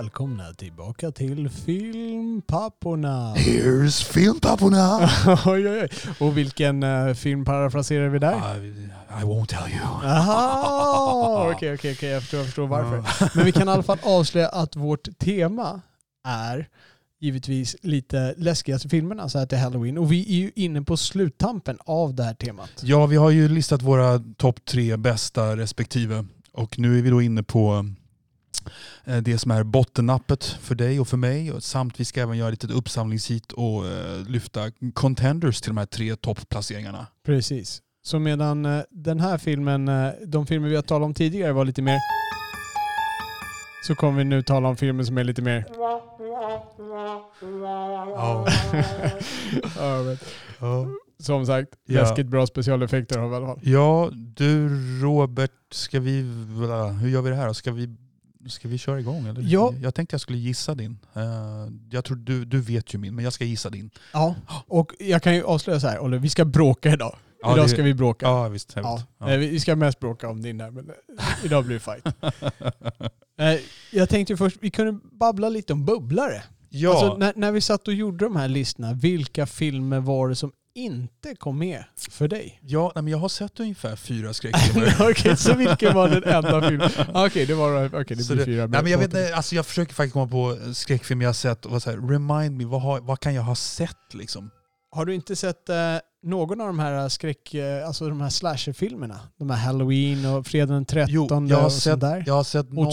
välkomna tillbaka till Filmpapporna. Here's Filmpapporna. Oj, oj, oj. Och vilken film parafraserar vi där? I won't tell you. Aha, okej. Jag förstår varför. Men vi kan i alla fall avslöja att vårt tema är givetvis lite läskigaste filmerna så här till Halloween. Och vi är ju inne på sluttampen av det här temat. Ja, vi har ju listat våra topp 3 bästa respektive. Och nu är vi då inne på det som är bottennappet för dig och för mig. Och samt vi ska även göra lite uppsamlingshit och lyfta contenders till de här 3 toppplaceringarna. Precis. Så medan den här filmen, de filmer vi har talat om tidigare var lite mer, så kommer vi nu tala om filmer som är lite mer. Som sagt, läskigt bra specialeffekter har vi i alla fall. Ja, du Robert, hur gör vi det här? Ska vi köra igång? Eller? Ja. Jag tänkte jag skulle gissa din. Jag tror du vet ju min, men jag ska gissa din. Ja, och jag kan ju avslöja så här, Olle, vi ska bråka idag. Ja, idag ska vi bråka. Ja, visst. Ja. Vi ska mest bråka om din här, men idag blir det fight. Jag tänkte först, vi kunde babbla lite om bubblare. Ja. Alltså, när vi satt och gjorde de här listorna, vilka filmer var det som inte kom med för dig? Ja, men jag har sett ungefär 4 skräckfilmer. Okej, så vilken var den enda filmen? Okej, det blir 4. Nej, men jag vet inte, alltså jag försöker faktiskt komma på skräckfilmer jag har sett och så här, remind me, vad kan jag ha sett liksom? Har du inte sett någon av de här alltså de här slasherfilmerna? De här Halloween och Fredag den 13 och sånt där? Jag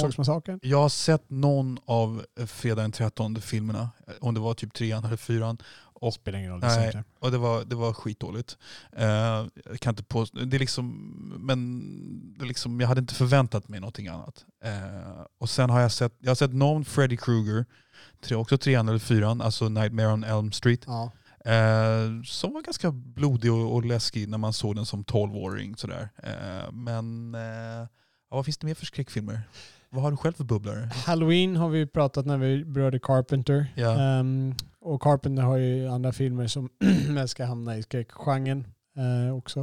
har sett någon av Fredag den 13 filmerna. Om det var typ 3 eller 4. Och spelar ingen roll. Nej, och det var skitdåligt. Jag kan inte påstå, det är liksom, jag hade inte förväntat mig någonting annat. Och sen har jag sett någon Freddy Krueger, också 3 eller 4, alltså Nightmare on Elm Street. Ja. Som var ganska blodig och läskig när man såg den som 12-åring. Sådär. Men vad finns det mer för skräckfilmer? Vad har du själv för bubblare? Halloween har vi pratat när vi berörde Carpenter. Ja. Och Carpenter har ju andra filmer som ska hamna i skräckgenren också.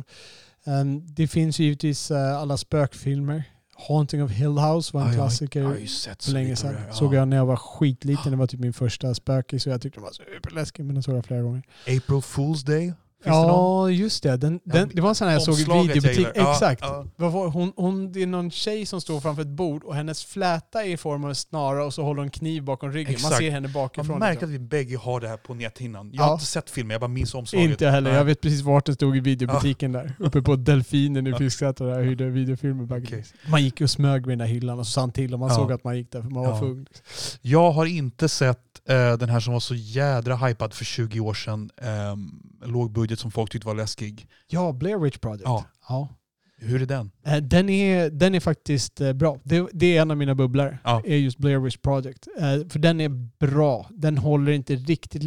Det finns givetvis alla spökfilmer. Haunting of Hill House var en klassiker för länge sedan. Såg jag när jag var skitliten. Det var typ min första spöke, så jag tyckte det var superläskig, men den såg jag flera gånger. April Fool's Day? Ja, just det. Det var en sån här jag såg i videobutik. Exakt. Ja. Det är någon tjej som står framför ett bord och hennes fläta är i form av en snara och så håller hon kniv bakom ryggen. Exakt. Man ser henne bakifrån. Man märker att vi bägge har det här på näthinnan. Jag har inte sett filmen, jag bara minns omslaget. Inte heller. Jag vet precis vart det stod i videobutiken där. Uppe på Delfinen i Fisksätra där jag hyrde videofilmer. Okay. Man gick och smög med den där hyllan och så sa han till och man såg att man gick där för man var full. Jag har inte sett den här som var så jädra hypad för 20 år sedan. Låg budget som folk tyckte var läskig. Ja, Blair Witch Project. Ja. Hur är den? Den är faktiskt bra. Det är en av mina bubblare. Ja. Är just Blair Witch Project. För den är bra. Den håller inte riktigt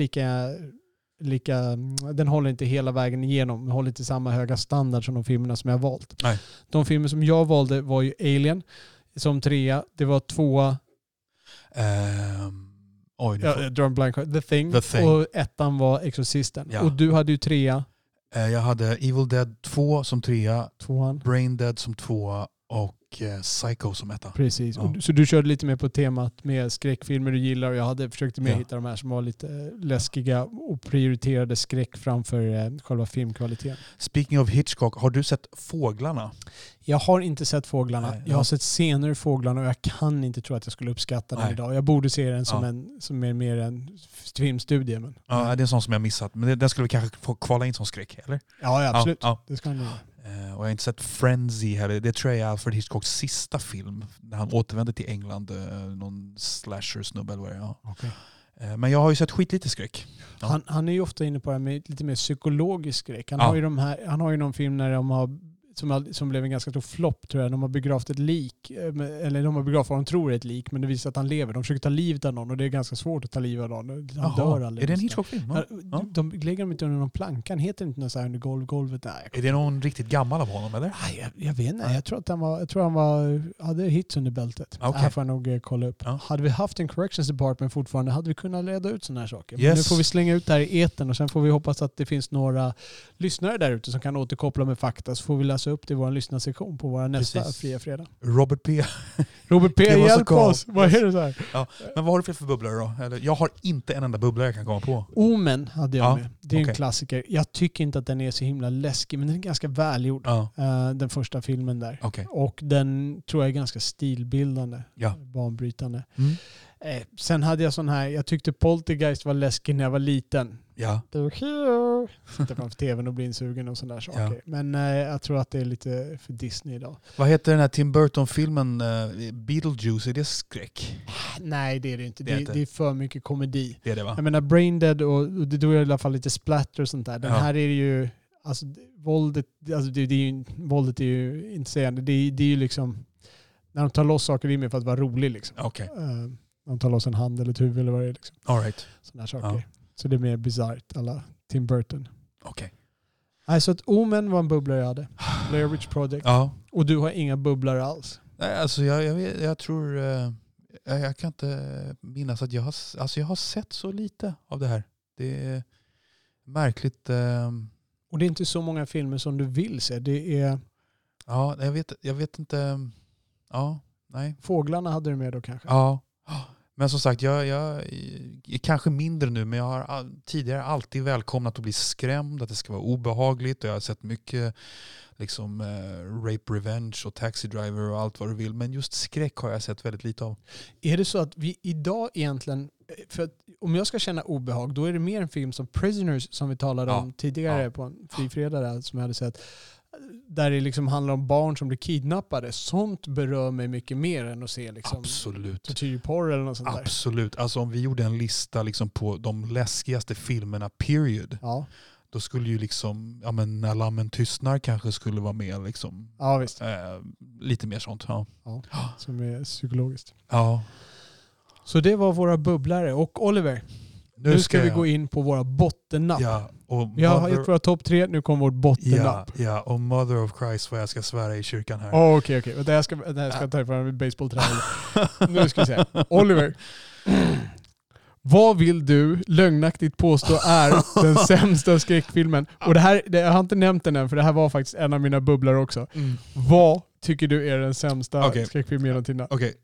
lika den håller inte hela vägen igenom. Den håller inte samma höga standard som de filmerna som jag har valt. Nej. De filmer som jag valde var ju Alien som 3. Det var 2. The Thing. Och 1 var Exorcisten. Ja. Och du hade ju 3. Jag hade Evil Dead 2 som 3. 2. Brain Dead som 2. Och Psycho som 1. Precis. Ja. Så du körde lite mer på temat med skräckfilmer du gillar, och jag hade försökt mer hitta de här som var lite läskiga och prioriterade skräck framför själva filmkvaliteten. Speaking of Hitchcock, har du sett Fåglarna? Jag har inte sett Fåglarna. Jag har sett scener Fåglarna och jag kan inte tro att jag skulle uppskatta den idag. Jag borde se den som mer en filmstudie. Men. Ja, det är en sån som jag missat. Men den skulle vi kanske få kvala in som skräck, eller? Ja, absolut. Ja. Det ska den göra. Och jag har inte sett Frenzy heller. Det tror jag är Alfred Hitchcocks sista film. När han återvände till England. Någon slasher-snubbe eller vad det är. Ja. Okay. Men jag har ju sett skitlite skräck. Ja. Han är ju ofta inne på det här med lite mer psykologisk skräck. Han har ju någon film när de har som blev en ganska stor flopp, tror jag. De har begravt ett lik, eller de har begravt vad de tror är ett lik, men det visar att han lever. De försöker ta livet av någon och det är ganska svårt att ta livet av någon. Han dör aldrig. Är det en Hitchcock-film? Ja. De lägger dem inte under någon planka. Han heter inte någon så här under golvet. Nej, är det någon riktigt gammal av honom, eller? Nej, jag vet inte. Jag tror att han hade hits under bältet. Okay. Det här får jag nog kolla upp. Ja. Hade vi haft en corrections department fortfarande hade vi kunnat reda ut sådana här saker. Yes. Men nu får vi slänga ut det här i etern och sen får vi hoppas att det finns några lyssnare där ute som kan återkoppla med fakta. Så får vi läsa upp det i vår lyssnarsektion på våra nästa Fria Fredag. Robert P. Hjälp oss! Vad är det så här? Ja. Men vad har du för bubblare då? Eller, jag har inte en enda bubblare jag kan komma på. Omen hade jag med. Det är en klassiker. Jag tycker inte att den är så himla läskig, men den är ganska välgjord. Den första filmen där. Och den tror jag är ganska stilbildande. Banbrytande. Sen hade jag sån här, jag tyckte Poltergeist var läskig när jag var liten. Ja. Sitter framför tvn och blir insugen och sådana där saker. Ja. Men jag tror att det är lite för Disney idag. Vad heter den här Tim Burton-filmen Beetlejuice? Är det skräck? Nej, det är det inte. Det är för mycket komedi. Det är det, va? Jag menar Braindead och det då är i alla fall lite splatter och sånt där. Den här är ju, alltså våldet, alltså våldet är ju inte sägande. Det är ju liksom när de tar loss saker i mig för att vara rolig liksom. De tar loss en hand eller ett huvud eller vad det är liksom. All right. Sådana saker. Ja. Så det är mer bizarrt alla Tim Burton. Okej. Alltså att Omen var en bubblare jag hade. Blair Witch Project. Ja. Och du har inga bubblare alls. Nej, alltså jag tror jag kan inte minnas att jag har sett så lite av det här. Det är märkligt. Och det är inte så många filmer som du vill se. Det är... Ja, jag vet inte. Ja, nej. Fåglarna hade du med då kanske? Ja. Men som sagt, jag är kanske mindre nu, men jag har tidigare alltid välkomnat att bli skrämd, att det ska vara obehagligt, och jag har sett mycket liksom Rape Revenge och Taxi Driver och allt vad du vill, men just skräck har jag sett väldigt lite av. Är det så att vi idag egentligen, för att om jag ska känna obehag, då är det mer en film som Prisoners som vi talade om tidigare på en fri fredag där, som jag hade sett, där det liksom handlar om barn som blir kidnappade. Sånt berör mig mycket mer än att se liksom tortyrporr eller något sånt där. Absolut. Alltså om vi gjorde en lista liksom på de läskigaste filmerna period. Ja. Då skulle ju liksom, När lammen tystnar kanske skulle vara med liksom. Ja, visst. Lite mer sånt. Ja, som är psykologiskt. Ja. Så det var våra bubblare. Och Oliver, nu ska vi gå in på våra bottennapp. Ja, vi har gjort våra topp 3, nu kommer vårt bottennapp. Ja, och Mother of Christ vad jag ska svära i kyrkan här. Okej. Det här ska ta ifrån en baseballtränare. Nu ska vi se. Oliver, vad vill du lögnaktigt påstå är den sämsta skräckfilmen? Och jag har inte nämnt den än, för det här var faktiskt en av mina bubblar också. Vad tycker du är den sämsta skräckfilmen genom tiderna?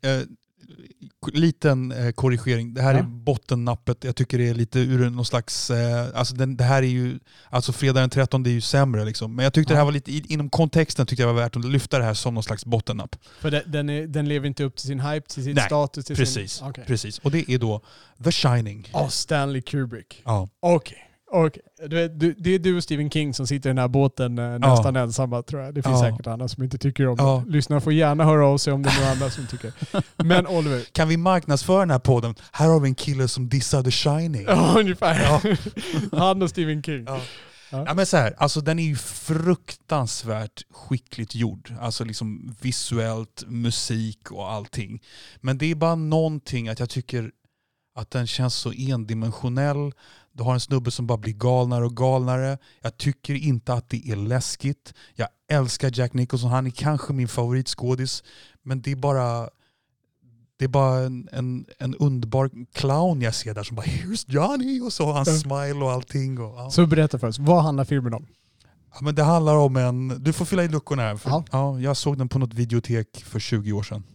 Liten korrigering. Det här är bottennappet. Jag tycker det är lite ur någon slags... det här är ju... Alltså fredag den 13, det är ju sämre liksom. Men jag tyckte det här var lite... Inom kontexten tyckte jag var värt att lyfta det här som någon slags bottennapp. För den lever inte upp till sin hype, till sin status? Till precis. Och det är då The Shining. Stanley Kubrick. Ja. Okej. Det är du och Stephen King som sitter i den här båten nästan ensamma, tror jag. Det finns säkert andra som inte tycker om det. Lyssnarna får gärna höra av sig om det är några andra som tycker. Men Oliver, kan vi marknadsföra den här podden? Här har vi en kille som dissar The Shining. Ja, ungefär. Ja. Han och Stephen King. Ja, men så här, alltså den är ju fruktansvärt skickligt gjord. Alltså liksom visuellt, musik och allting. Men det är bara någonting att jag tycker att den känns så endimensionell. Du har en snubbe som bara blir galnare och galnare. Jag tycker inte att det är läskigt. Jag älskar Jack Nicholson. Han är kanske min favoritskådis. Men det är bara en underbar clown jag ser där som bara "Here's Johnny" och så hans smile och allting. Så berätta för oss, vad handlar filmen om? Ja, men det handlar om du får fylla i luckorna här. Jag såg den på något videotek för 20 år sedan.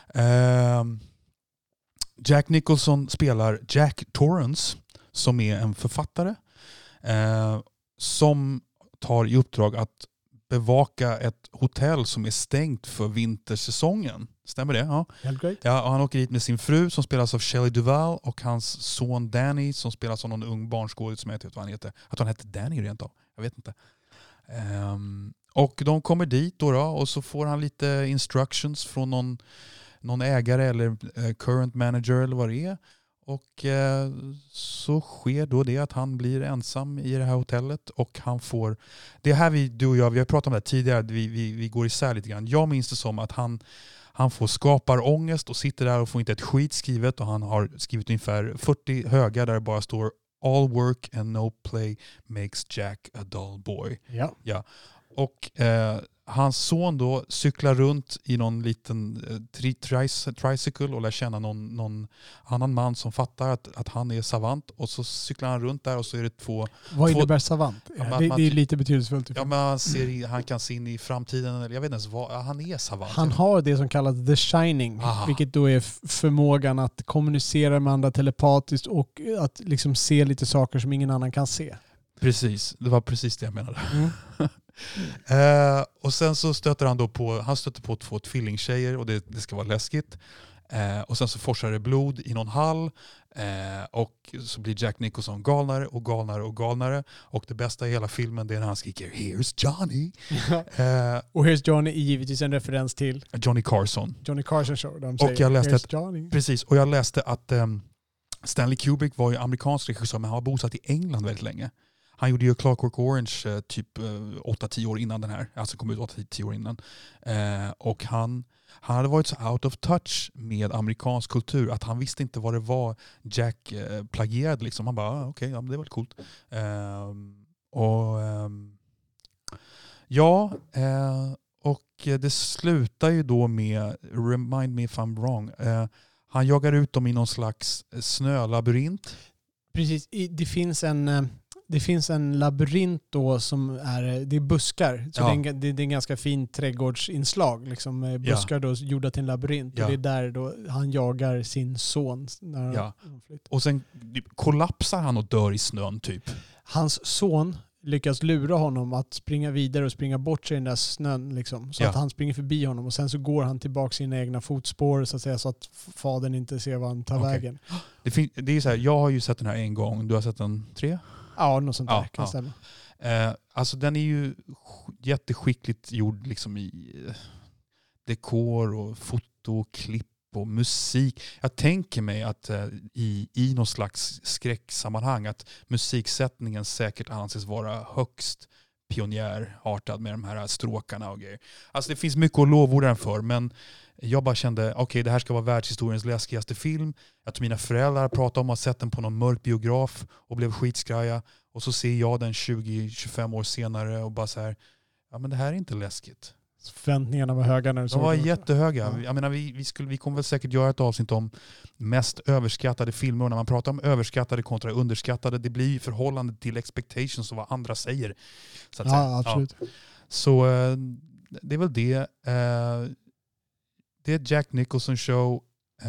Jack Nicholson spelar Jack Torrance, som är en författare som tar i uppdrag att bevaka ett hotell som är stängt för vintersäsongen. Stämmer det? Ja. Ja, och han åker dit med sin fru som spelas av Shelley Duvall och hans son Danny som spelas av någon ung barnskådis som jag inte vet vad han heter. Att han heter Danny rent av. Jag vet inte. Och de kommer dit då och så får han lite instructions från någon ägare eller current manager eller vad det är. Och så sker då det att han blir ensam i det här hotellet och han får... Det här du och jag, vi har pratat om det tidigare, vi går isär lite grann. Jag minns det som att han får skaparångest och sitter där och får inte ett skit skrivet och han har skrivit ungefär 40 högar där det bara står "All work and no play makes Jack a dull boy". Ja. Och hans son då cyklar runt i någon liten tricycle och lär känna någon annan man som fattar att han är savant, och så cyklar han runt där och så är det två... Vad innebär savant? Ja, det är lite betydelsefullt. Ja, men han kan se in i framtiden, eller jag vet inte ens vad, han är savant. Han har det som kallas The Shining, vilket då är förmågan att kommunicera med andra telepatiskt och att liksom se lite saker som ingen annan kan se. Precis, det var precis det jag menade. Och sen så stöter han på två tvillingtjejer och det ska vara läskigt. Och sen så forsar det blod i någon hall. Och så blir Jack Nicholson galnare och galnare och galnare. Och det bästa i hela filmen, det är när han skriker "Here's Johnny". Och "Here's Johnny" är givetvis en referens till Johnny Carson. Johnny Carson Show. De säger, och jag läste Johnny. Och jag läste att Stanley Kubrick var ju amerikansk regissör, men han var bosatt i England väldigt länge. Han gjorde ju Clockwork Orange typ 8-10 år innan den här. Alltså kom ut 8-10 år innan. Och han hade varit så out of touch med amerikansk kultur att han visste inte vad det var Jack plagierade. Liksom. Han bara, okej, ja, det var coolt. Och det slutar ju då med, remind me if I'm wrong, han jagar ut dem i någon slags snölabyrint. Precis, det finns en labyrint då som det är buskar. Så det är en ganska fin trädgårdsinslag. Liksom, buskar då gjorda till en labyrint. Och det är där då han jagar sin son. Och sen kollapsar han och dör i snön typ. Hans son lyckas lura honom att springa vidare och springa bort sig i den där snön. Liksom, så att han springer förbi honom. Och sen så går han tillbaka sina egna fotspår så att säga, så att fadern inte ser vad han tar vägen. Det är så här, jag har ju sett den här en gång. Du har sett den 3? Ja, något sånt där kan stämma. Alltså den är ju jätteskickligt gjord liksom i dekor och foto och klipp och musik. Jag tänker mig att i någon slags skräcksammanhang att musiksättningen säkert anses vara högst pionjärartad med de här stråkarna och grejer. Alltså det finns mycket att lovorda den för, men jag bara kände, okej, det här ska vara världshistoriens läskigaste film. Jag tror mina föräldrar pratade om att ha sett den på någon mörk biograf och blev skitskraja. Och så ser jag den 20-25 år senare och bara så här, ja men det här är inte läskigt. Förväntningarna var höga när du såg de var det. Jättehöga. Ja. Jag menar, vi kommer väl säkert göra ett avsnitt om mest överskattade filmer. Och när man pratar om överskattade kontra underskattade, det blir i förhållande till expectations och vad andra säger. Så att säga. Absolut. Ja. Så det är väl det. Det är ett Jack Nicholson show.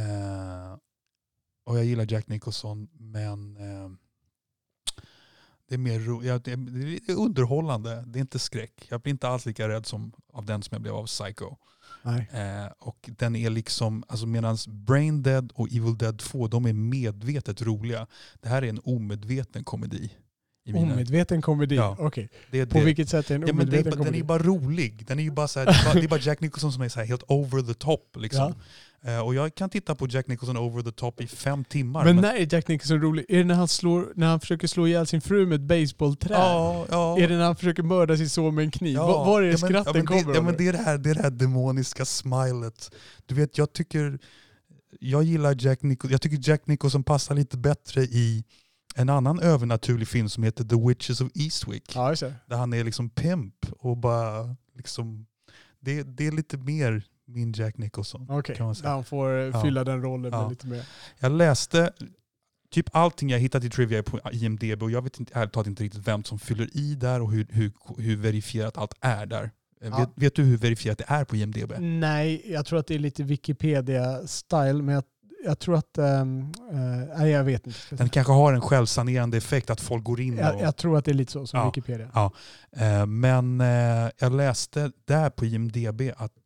Och jag gillar Jack Nicholson, men det är mer det är underhållande. Det är inte skräck. Jag blir inte alls lika rädd av den som jag blev av Psycho. Nej. Och den är liksom, alltså medans Brain Dead och Evil Dead 2, de är medvetet roliga. Det här är en omedveten komedi. Omedveten komedi? Ja. Okej. På vilket sätt är en omedveten komedi? Den är bara rolig. Den är ju bara så här, det är bara Jack Nicholson som är så här helt over the top. Liksom. Ja. Och jag kan titta på Jack Nicholson over the top i 5 timmar. Men när är Jack Nicholson rolig? Är det när han försöker slå ihjäl sin fru med ett basebollträ? Ja. Är det när han försöker mörda sin son med en kniv? Ja. Var är det skratten kommer? Men det är det här demoniska smilet. Du vet, jag gillar Jack Nicholson. Jag tycker Jack Nicholson passar lite bättre i en annan övernaturlig film som heter The Witches of Eastwick. Ja, just det. Där han är liksom pimp och bara liksom, det är lite mer min Jack Nicholson. Okej, kan man säga. Han får fylla den rollen med lite mer. Jag läste typ allting jag hittat i trivia på IMDb och jag vet inte, ärligt talat inte riktigt vem som fyller i där och hur verifierat allt är där. Vet du hur verifierat det är på IMDb? Nej, jag tror att det är lite Wikipedia-style, men jag tror att... nej, jag vet inte. Den kanske har en självsanerande effekt att folk går in och... Jag tror att det är lite så som Wikipedia. Ja. Men jag läste där på IMDb att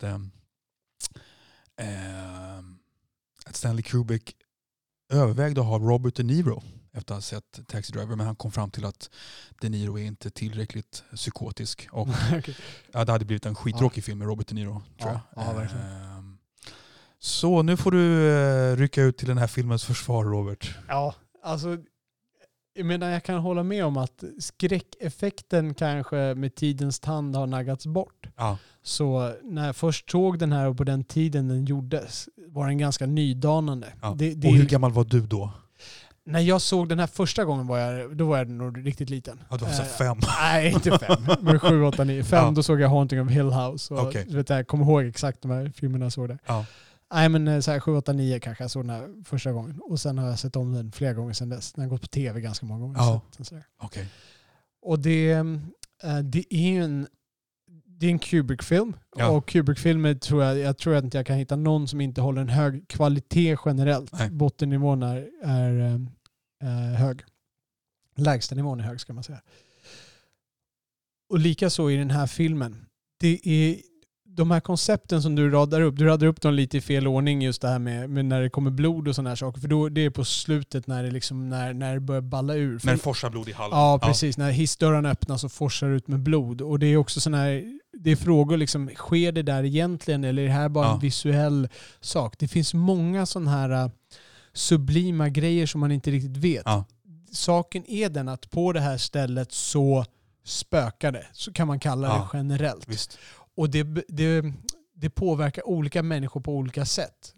Stanley Kubrick övervägde att ha Robert De Niro efter att ha sett Taxi Driver, men han kom fram till att De Niro är inte tillräckligt psykotisk. Och okay. Det hade blivit en skittråkig film med Robert De Niro, tror jag. Ja, verkligen. Så nu får du rycka ut till den här filmens försvar, Robert. Ja, alltså jag kan hålla med om att skräckeffekten kanske med tidens tand har naggats bort. Ja. Så när jag först såg den här och på den tiden den gjordes var den ganska nydanande. Ja. Och hur gammal var du då? När jag såg den här första gången var jag nog riktigt liten. Ja, du var så 5. Nej, inte 5. Men 7, 8, 9. 5, då såg jag Haunting of Hill House. Och jag kommer ihåg exakt de här filmerna jag såg där. Ja. Nej, men så här 7, 8, 9 kanske jag såg den här första gången. Och sen har jag sett om den flera gånger sedan dess. Den har gått på tv ganska många gånger. Ja. Okay. Och det är ju det är en Kubrick-film. Ja. Och Kubrick-filmer jag tror att jag kan hitta någon som inte håller en hög kvalitet generellt. Nej. Bottennivån är hög. Lägsta nivån är hög, ska man säga. Och lika så i den här filmen. Det är de här koncepten som du radar upp dem lite i fel ordning, just det här med när det kommer blod och sådana här saker. För då det är på slutet när det liksom när det börjar balla ur. När det forsar blod i hallen. Ja, precis. När hissdörrarna öppnas och forsar ut med blod. Och det är också sådana här, det är frågor liksom, sker det där egentligen eller är det här bara en visuell sak? Det finns många sådana här sublima grejer som man inte riktigt vet. Ja. Saken är den att på det här stället så spökar det. Så kan man kalla det generellt. Visst. Och det påverkar olika människor på olika sätt.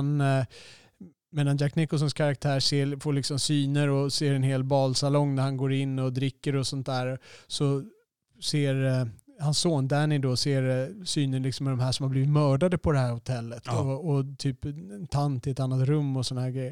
Medan Jack Nicholsons karaktär får liksom syner och ser en hel balsalong när han går in och dricker och sånt där, så ser hans son Danny då ser synen liksom med de här som har blivit mördade på det här hotellet. Ja. Och typ en tant i ett annat rum och såna här grejer.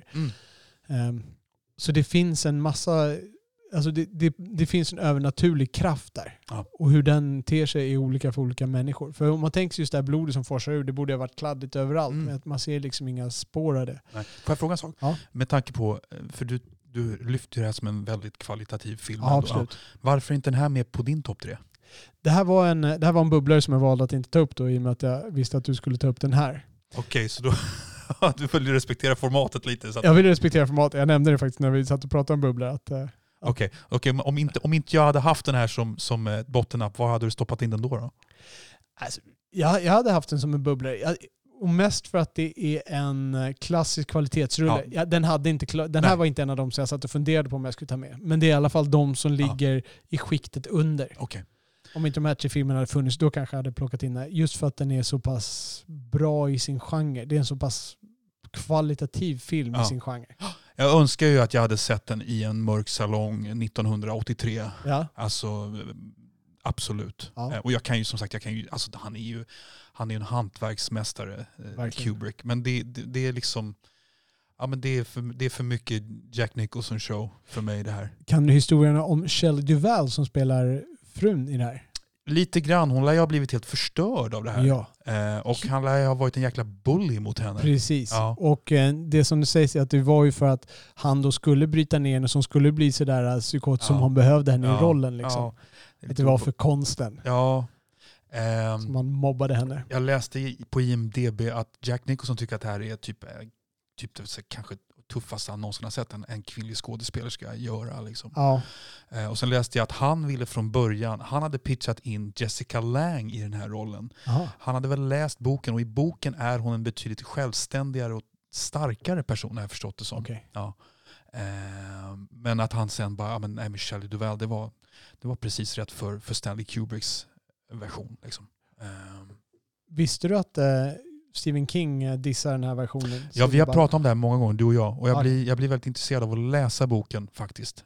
Så det finns en massa... Alltså det finns en övernaturlig kraft där. Ja. Och hur den ter sig är olika för olika människor. För om man tänker just det här blodet som forsar ur, det borde ha varit kladdigt överallt. Men att man ser liksom inga spår av det. Nej. Får jag fråga en sak? Ja. Med tanke på, för du lyfter det här som en väldigt kvalitativ film. Ja, absolut. Ja. Varför är inte den här med på din topp 3? Det här var en bubblare som jag valde att inte ta upp då, i och med att jag visste att du skulle ta upp den här. Okej, så då... du får respektera formatet lite. Så att... Jag vill respektera formatet. Jag nämnde det faktiskt när vi satt och pratade om bubblare. Att, Okej. Om inte jag hade haft den här som bottennapp, vad hade du stoppat in den då? Alltså, jag hade haft den som en bubblare. Och mest för att det är en klassisk kvalitetsrulle. Ja. Den här var inte en av dem som jag satt och funderade på om jag skulle ta med. Men det är i alla fall de som ligger i skiktet under. Okay. Om inte de här 3 filmerna hade funnits, då kanske jag hade plockat in den. Just för att den är så pass bra i sin genre. Det är en så pass kvalitativ film i sin genre. Jag önskar ju att jag hade sett den i en mörk salong 1983. Ja. Alltså absolut. Ja. Och jag kan ju som sagt, alltså han är ju en hantverksmästare, Kubrick. Men det är liksom, ja, men det är för mycket Jack Nicholson show för mig det här. Kan du historierna om Shelley Duvall som spelar frun i det här? Lite grann. Hon lär ju ha blivit helt förstörd av det här. Ja. Och han lär ju ha varit en jäkla bully mot henne. Precis. Ja. Och det som det sägs är att det var ju för att han då skulle bryta ner henne, som skulle bli sådär psykot som hon behövde henne i rollen. Liksom. Ja. Att det var för konsten. Ja. Så man mobbade henne. Jag läste på IMDb att Jack Nicholson tycker att det här är typ kanske tuffaste han någonsin har sett en kvinnlig skådespelerska göra. Liksom. Ja. Och sen läste jag att han ville från början, han hade pitchat in Jessica Lange i den här rollen. Aha. Han hade väl läst boken, och i boken är hon en betydligt självständigare och starkare person, har jag förstått det som. Okay. Ja. Men att han sen bara, men Shelley Duvall, det var precis rätt för Stanley Kubricks version. Liksom. Visste du att Stephen King dissar den här versionen? Ja, vi har pratat om det här många gånger, du och jag. Och jag blir väldigt intresserad av att läsa boken faktiskt.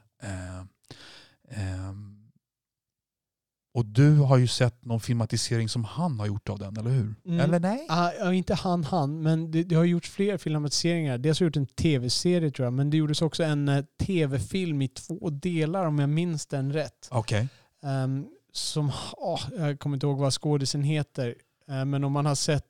Och du har ju sett någon filmatisering som han har gjort av den, eller hur? Eller nej? Inte han, men det har gjorts fler filmatiseringar. Dels har gjort en tv-serie tror jag, men det gjordes också en tv-film i 2 delar om jag minns den rätt. Okej. Som, jag kommer inte ihåg vad skådisen heter. Men om man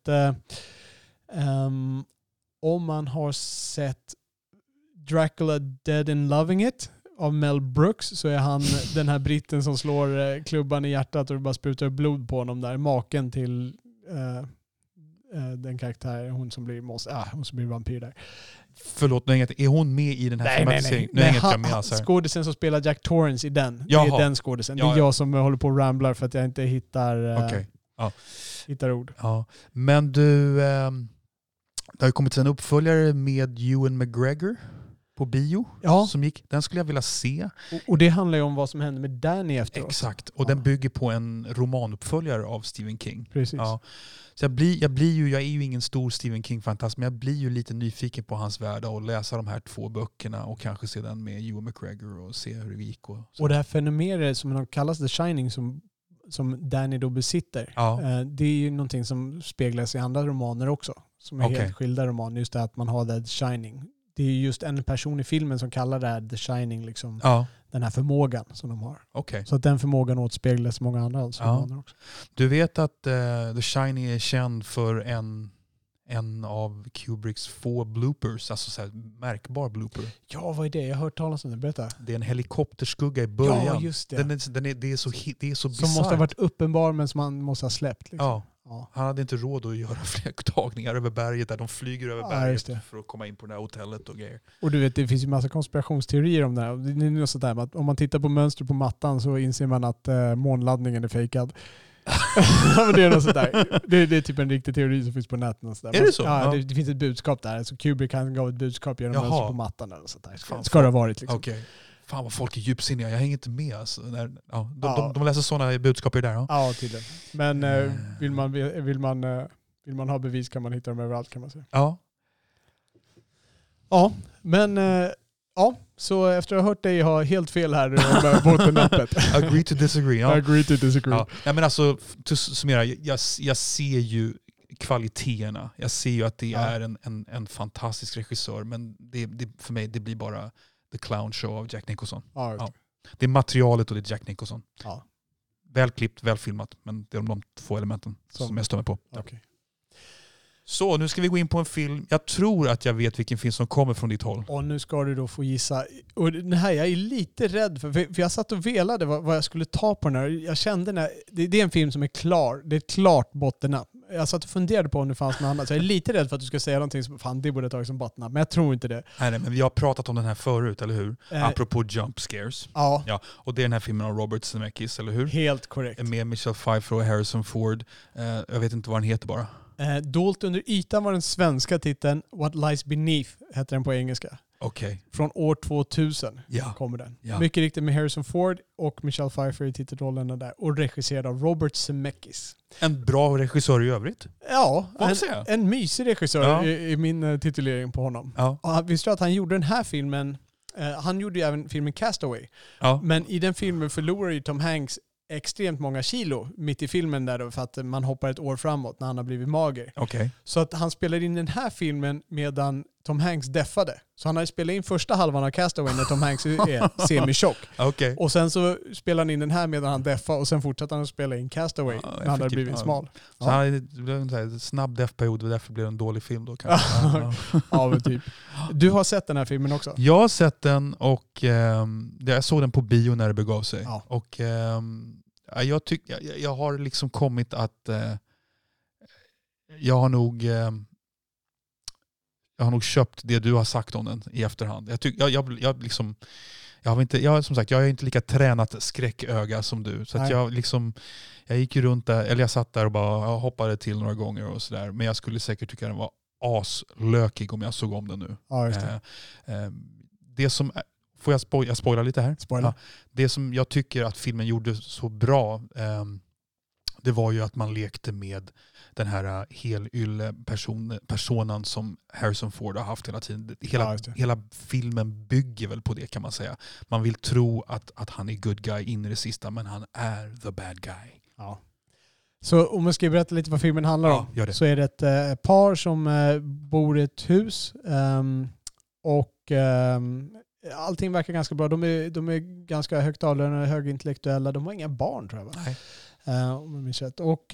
har sett Dracula Dead and Loving It av Mel Brooks, så är han den här britten som slår klubban i hjärtat och det bara sprutar blod på honom där. Maken till den karaktär, hon som blir vampyr där. Förlåt, är hon med i den här filmatiseringen? Skådisen som spelar Jack Torrance i den. Jaha. Det är den skådisen. Det är jag som håller på och ramblar för att jag inte hittar ord. Ja. Men du, det har ju kommit en uppföljare med Ewan McGregor på bio som gick. Den skulle jag vilja se. Och det handlar ju om vad som hände med Danny efteråt. Exakt, och den bygger på en romanuppföljare av Stephen King. Precis. Ja. Så jag är ju ingen stor Stephen King-fantast, men jag blir ju lite nyfiken på hans värld och läsa de här 2 böckerna och kanske se den med Ewan McGregor och se hur det gick. Och det här fenomenet som de kallas The Shining som Danny då besitter. Det är ju någonting som speglas i andra romaner också. Som är helt skilda romaner. Just det att man har The Shining. Det är just en person i filmen som kallar det här The Shining. Liksom, den här förmågan som de har. Så att den förmågan återspeglas i många andra romaner också. Du vet att The Shining är känd för en av Kubricks få bloopers, alltså så här märkbar blooper. Ja, vad är det? Jag har hört talas om det. Berätta. Det är en helikopterskugga i början. Ja, just det. Det är så bizarrt. Som måste ha varit uppenbar men som man måste ha släppt. Liksom. Ja. Han hade inte råd att göra fler tagningar över berget där de flyger över berget för att komma in på det här hotellet och grejer. Och du vet, det finns ju massa konspirationsteorier om det här. Det är något sådär att om man tittar på mönster på mattan så inser man att månladdningen är fejkad. Det är något sådär. Det är typ en riktig teori som finns på nätet. Och sådär. Är det så? Ja, det finns ett budskap där. Så Kubrick gav ett budskap genom mönster på mattan. Eller sådär. Ska det ha varit liksom. Okay. Fan vad folk är djupsinniga. Jag hänger inte med. Alltså. De läser sådana budskap i det där. Ja, tydligen. Men vill man ha bevis kan man hitta dem överallt kan man säga. Ja. Ja, men så efter att ha hört dig ha helt fel här om bottennappet. Agree to disagree. Ja. Agree to disagree. Ja. Ja, men alltså, till summera, jag ser ju kvaliteterna. Jag ser ju att det är en fantastisk regissör, men det för mig det blir bara The Clown Show av Jack Nicholson. Ja. Det är materialet och det är Jack Nicholson. Ja. Väl klippt, väl filmat, men det är de 2 elementen som jag stämmer på. Okay. Så, nu ska vi gå in på en film. Jag tror att jag vet vilken film som kommer från ditt håll. Och nu ska du då få gissa. Och den här, jag är lite rädd för jag satt och velade vad jag skulle ta på den här. Jag kände det är en film som är klar. Det är ett klart bottennapp. Jag satt och funderade på om det fanns något annat. Så jag är lite rädd för att du ska säga någonting som fan, det borde jag tagit som bottennapp. Men jag tror inte det. Nej, men vi har pratat om den här förut, eller hur? Apropå jump scares. Ja. Och det är den här filmen av Robert Zemeckis, eller hur? Helt korrekt. Med Michelle Pfeiffer och Harrison Ford. Jag vet inte vad den heter bara. Dolt under ytan var den svenska titeln. What Lies Beneath heter den på engelska. Okay. Från år 2000 kommer den. Ja. Mycket riktigt med Harrison Ford och Michelle Pfeiffer i titelrollerna där. Och regisserad av Robert Zemeckis. En bra regissör i övrigt? Ja, en mysig regissör i min titulering på honom. Ja. Och visste du att han gjorde den här filmen? Han gjorde ju även filmen Castaway. Ja. Men i den filmen förlorar ju Tom Hanks extremt många kilo mitt i filmen där då, för att man hoppar ett år framåt när han har blivit mager. Okay. Så att han spelar in den här filmen medan Tom Hanks deffade. Så han har spelat in första halvan av Castaway när Tom Hanks är semi-tjock. Okay. Och sen så spelar han in den här medan han deffar och sen fortsätter han att spela in Castaway när han har blivit smal. Så det blev en snabb deff-period och därför blev det en dålig film då kanske. Ja, men typ. Du har sett den här filmen också? Jag har sett den och jag såg den på bio när det begav sig. Ja. Och jag har liksom kommit att jag har nog köpt det du har sagt om den i efterhand. Jag är inte lika tränat skräcköga som du. Så att jag gick ju runt där, eller jag satt där och bara hoppade till några gånger och sådär. Men jag skulle säkert tycka den var aslökig om jag såg om den nu. Ja, just det. Det som får jag spoila lite här? Spoila. Ja, det som jag tycker att filmen gjorde så bra det var ju att man lekte med den här helylle personen som Harrison Ford har haft hela tiden. Hela filmen bygger väl på det kan man säga. Man vill tro att han är good guy in i det sista, men han är the bad guy. Ja. Så om man ska berätta lite vad filmen handlar om, så är det ett par som bor i ett hus och allting verkar ganska bra. De är ganska högt avlönade, högintellektuella. De har inga barn tror jag. Nej. Om jag minns rätt. Och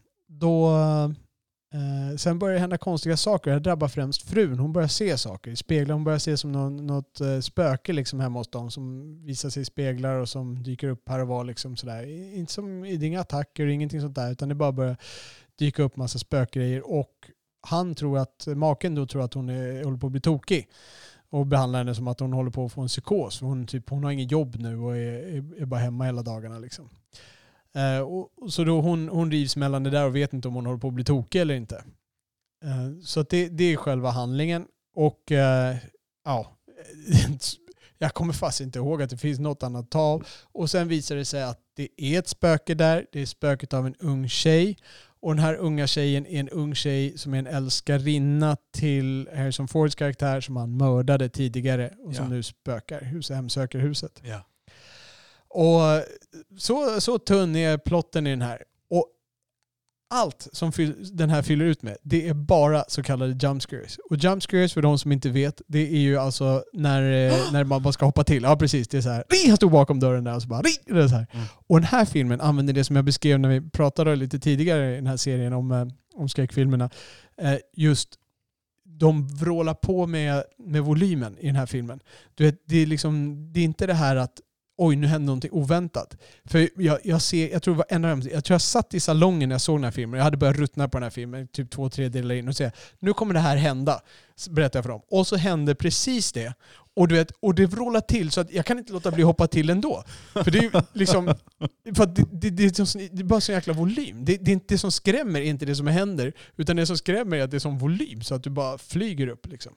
sen börjar det hända konstiga saker. Det drabbar främst frun. Hon börjar se saker i speglar. Hon börjar se som något spöke liksom hemma hos dem som visar sig i speglar och som dyker upp här och var. Liksom sådär. Det är inga attacker, ingenting sånt där, utan det bara börjar dyka upp massa spökgrejer. Och maken tror att hon håller på att bli tokig. Och behandlar henne som att hon håller på att få en psykos. Hon har inget jobb nu och är bara hemma hela dagarna. Liksom. Så då hon rivs mellan det där och vet inte om hon håller på att bli tokig eller inte. Så att det är själva handlingen. Och jag kommer fast inte ihåg att det finns något annat tal. Och sen visar det sig att det är ett spöke där. Det är spöket av en ung tjej. Och den här unga tjejen är en ung tjej som är en älskarinna till Harrison Fords karaktär som han mördade tidigare och som nu spökar, hemsöker huset. Ja. Och så tunn är plotten i den här. Och allt som den här fyller ut med, det är bara så kallade jump scares. Och jump scares, för de som inte vet, det är ju alltså när man bara ska hoppa till. Ja, precis. Det är så här, han stod bakom dörren där och så bara, det är så här. Och den här filmen använder det som jag beskrev när vi pratade lite tidigare i den här serien om skräckfilmerna. Just de vrålar på med volymen i den här filmen. Du vet, det är inte det här att oj, nu hände någonting oväntat. För jag tror jag satt i salongen när jag såg den här filmen. Jag hade börjat ruttna på den här filmen typ 2-3 delar in och säga, nu kommer det här hända. Berättar jag för dem. Och så hände precis det. Och du vet, och det vrålar till så att jag kan inte låta bli hoppa till ändå. För det är liksom för att det är bara så jäkla volym. Det är inte det som skrämmer, inte det som händer, utan det som skrämmer är att det är som volym så att du bara flyger upp liksom.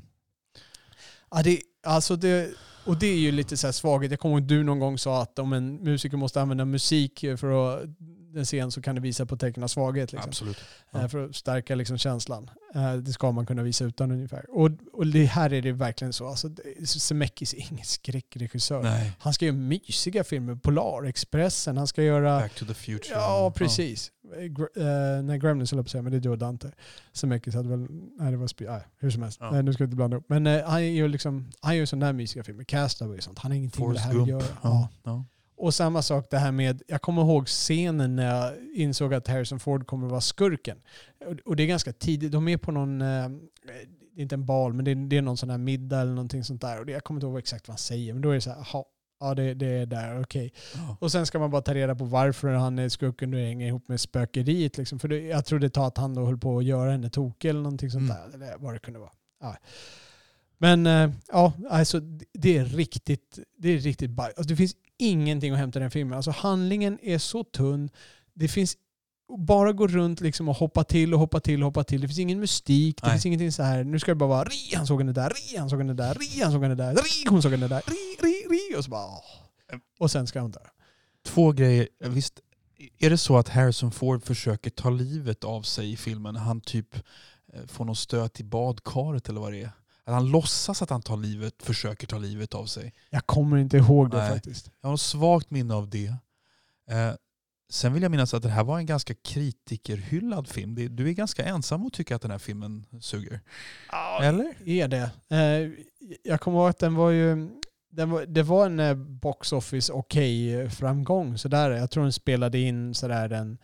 Ja, och det är ju lite så här svaghet. Jag kommer ihåg att du någon gång sa att om en musiker måste använda musik för att den scen så kan det visa på tecken av svaghet. Liksom. Absolut. För att stärka liksom känslan. Det ska man kunna visa utan ungefär. Och det här är det verkligen så. Alltså, Zemeckis är ingen skräckregissör. Nej. Han ska göra mysiga filmer. Polarexpressen. Han ska göra... Back to the Future. Ja, precis. Nej, Gremlins höll jag på att säga, men det är Joe Dante. Zemeckis hade väl... Nej, det var hur som helst. Nu ska jag inte blanda upp. Men han gör sådana här mysiga filmer. Castaway och sånt. Han har ingenting med det här att göra. Ja. Och samma sak det här med, jag kommer ihåg scenen när jag insåg att Harrison Ford kommer att vara skurken. Och det är ganska tidigt. De är på någon, det är inte en bal, men det är någon sån här middag eller någonting sånt där. Och jag kommer inte ihåg exakt vad han säger, men då är det så här, ja det är där, okej. Och sen ska man bara ta reda på varför han är skurken och hänger ihop med spökeriet. Liksom. För jag tror det tar att han då höll på att göra henne tokig eller någonting sånt där. Eller vad det kunde vara. Ja. Men alltså det är riktigt baj. Alltså, det finns ingenting att hämta i den filmen. Alltså handlingen är så tunn. Det finns bara gå runt liksom och hoppa till. Det finns ingen mystik. Det finns ingenting så här. Nu ska det bara vara han såg henne där, han såg henne där, han såg henne där, hon såg henne där, och så bara och sen ska hon dö. 2 grejer. Visst är det så att Harrison Ford försöker ta livet av sig i filmen? Han typ får någon stöt i badkaret eller vad det är. Att han låtsas att han försöker ta livet av sig. Jag kommer inte ihåg det faktiskt. Jag har ett svagt minne av det. Sen vill jag minnas att det här var en ganska kritikerhyllad film. Du är ganska ensam att tycka att den här filmen suger. Ja, eller? Är det. Jag kommer ihåg att det var en box office framgång. Sådär. Jag tror den spelade in sådär en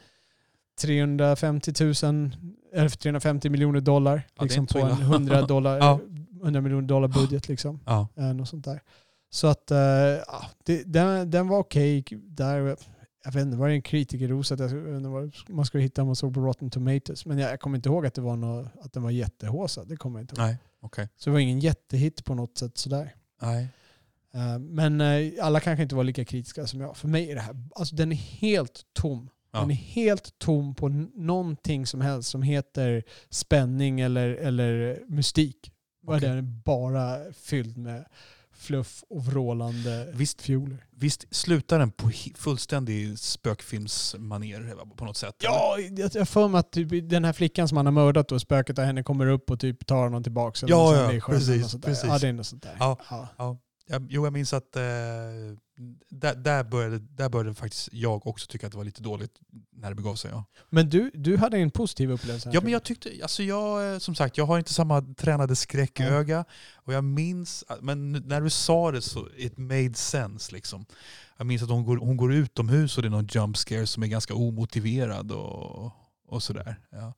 350 miljoner dollar liksom på en $100 miljoner budget liksom. Något sånt där. Så att den var okej där. Jag vet inte, var det en kritikerros att man skulle hitta om man såg på Rotten Tomatoes, men jag kommer inte ihåg att det var att den var jättehåsad. Det kommer jag inte ihåg. Nej, okay. Så det var ingen jättehit på något sätt sådär. Nej. Men alla kanske inte var lika kritiska som jag. För mig är det här, alltså den är helt tom. Den är helt tom på någonting som helst som heter spänning eller mystik. Okay. Den är bara fylld med fluff och vrålande fioler. Visst slutar den på fullständig spökfilmsmanér på något sätt? Ja, jag får mig att typ, den här flickan som han har mördat och spöket av henne kommer upp och typ tar honom tillbaka. Precis. Ja, det är något sånt där. Ja. Jag minns att där började faktiskt jag också tycka att det var lite dåligt när det begav sig. Ja. Men du hade en positiv upplevelse? Ja, men jag tyckte, alltså som sagt, jag har inte samma tränade skräcköga. Och jag minns, men när du sa det så it made sense liksom. Jag minns att hon går utomhus och det är någon jump scare som är ganska omotiverad och sådär. Ja.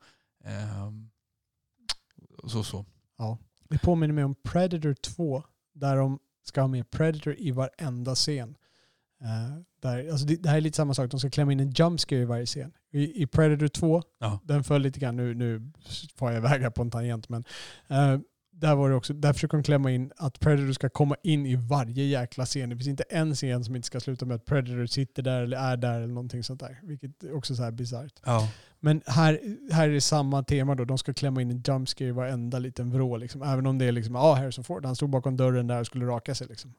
Så. Ja. Det påminner mig om Predator 2 där de ska ha med Predator i varenda scen. Alltså det här är lite samma sak. De ska klämma in en jumpscare i varje scen. I Predator 2, den föll lite grann, nu får jag iväg på en tangent, men där var det också, där försöker de klämma in att Predator ska komma in i varje jäkla scen. Det finns inte en scen som inte ska sluta med att Predator sitter där eller är där eller någonting sånt där. Vilket är också så här bisarrt. Ja. Men här är det samma tema då. De ska klämma in en jumpscare i varenda liten vrå. Liksom. Även om det är liksom, Harrison Ford, han stod bakom dörren där och skulle raka sig. Liksom.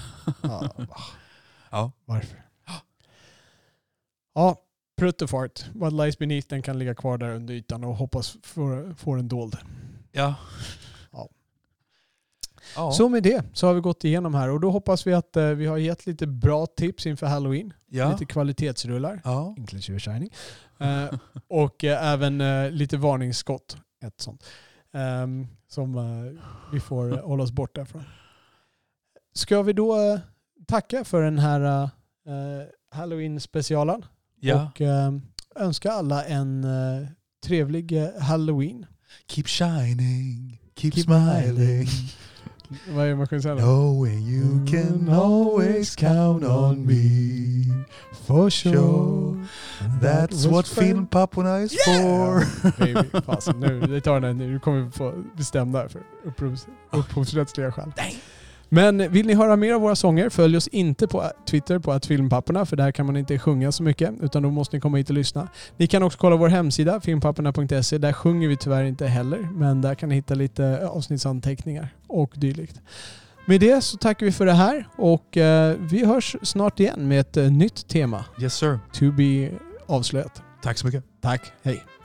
Ja. Varför? Ja, prutt och fart. What lies beneath, den kan ligga kvar där under ytan och hoppas få en dold. Ja. Ja. Så med det så har vi gått igenom här och då hoppas vi att vi har gett lite bra tips inför Halloween. Ja. Lite kvalitetsrullar, Ja. inklusive Shining. Och även lite varningsskott. Ett sånt. Som vi får hålla oss borta från. Ska vi då tacka för den här Halloween-specialen? Ja. Och önska alla en trevlig Halloween. Keep shining, keep smiling. Vad är man kan säga? Knowing you can always count on me. For sure. That's what Filmpapporna is for. Baby, fasen, nu tar den nu. Nu kommer vi få bestämda för upphovsrättsliga skäl. Men vill ni höra mer av våra sånger, följ oss inte på Twitter på @filmpapporna, för där kan man inte sjunga så mycket, utan då måste ni komma hit och lyssna. Ni kan också kolla vår hemsida filmpapporna.se. Där sjunger vi tyvärr inte heller, men där kan ni hitta lite avsnittsanteckningar och dylikt. Med det så tackar vi för det här och vi hörs snart igen med ett nytt tema. Yes sir. To be avslöjat. Tack så mycket. Tack, hej.